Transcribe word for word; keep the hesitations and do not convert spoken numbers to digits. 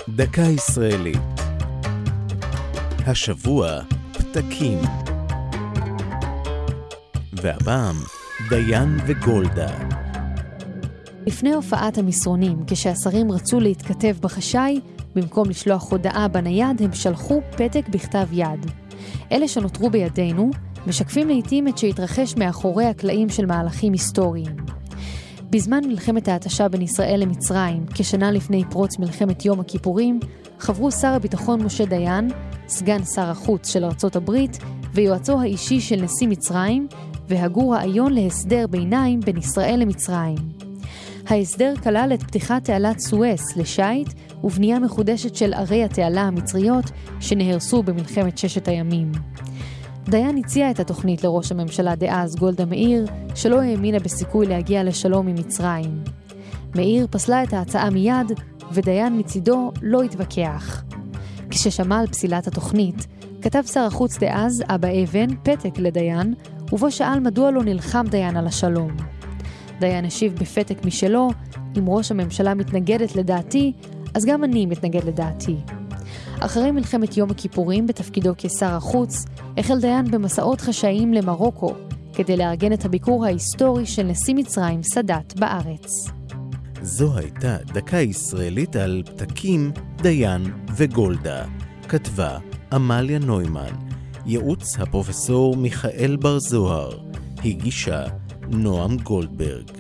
דקה ישראלית. השבוע פתקים. והפעם דיין וגולדה. לפני הופעת המסרונים, כשהשרים רצו להתכתב בחשאי, במקום לשלוח הודעה בנייד, הם שלחו פתק בכתב יד. אלה שנותרו בידינו משקפים לעתים את שהתרחש מאחורי הקלעים של מהלכים היסטוריים. בזמן מלחמת ההתשה בין ישראל למצרים, כשנה לפני פרוץ מלחמת יום הכיפורים, חברו שר הביטחון משה דיין, סגן שר החוץ של ארצות הברית, ויועצו האישי של נשיא מצרים, והגו רעיון להסדר ביניים בין ישראל למצרים. ההסדר כלל את פתיחת תעלת סואץ לשייט ובנייה מחודשת של ערי התעלה המצריות שנהרסו במלחמת ששת הימים. דיין הציע את התוכנית לראש הממשלה דאז גולדה מאיר, שלא האמינה בסיכוי להגיע לשלום עם מצרים. מאיר פסלה את ההצעה מיד, ודיין מצידו לא התווכח. כששמע על פסילת התוכנית, כתב שר החוץ דאז, אבא אבן, פתק לדיין, ובו שאל מדוע לא נלחם דיין על השלום. דיין השיב בפתק משלו, אם ראש הממשלה מתנגדת לדעתי, אז גם אני מתנגד לדעתי. אחרי מלחמת יום הכיפורים בתפקידו כשר החוץ, החל דיין במסעות חשאיים למרוקו, כדי לארגן את הביקור ההיסטורי של נשיא מצרים סאדאת בארץ. זו הייתה דקה ישראלית על פתקים, דיין וגולדה. כתבה אמליה נוימן. ייעוץ הפרופסור מיכאל בר זוהר. הגישה נועם גולדברג.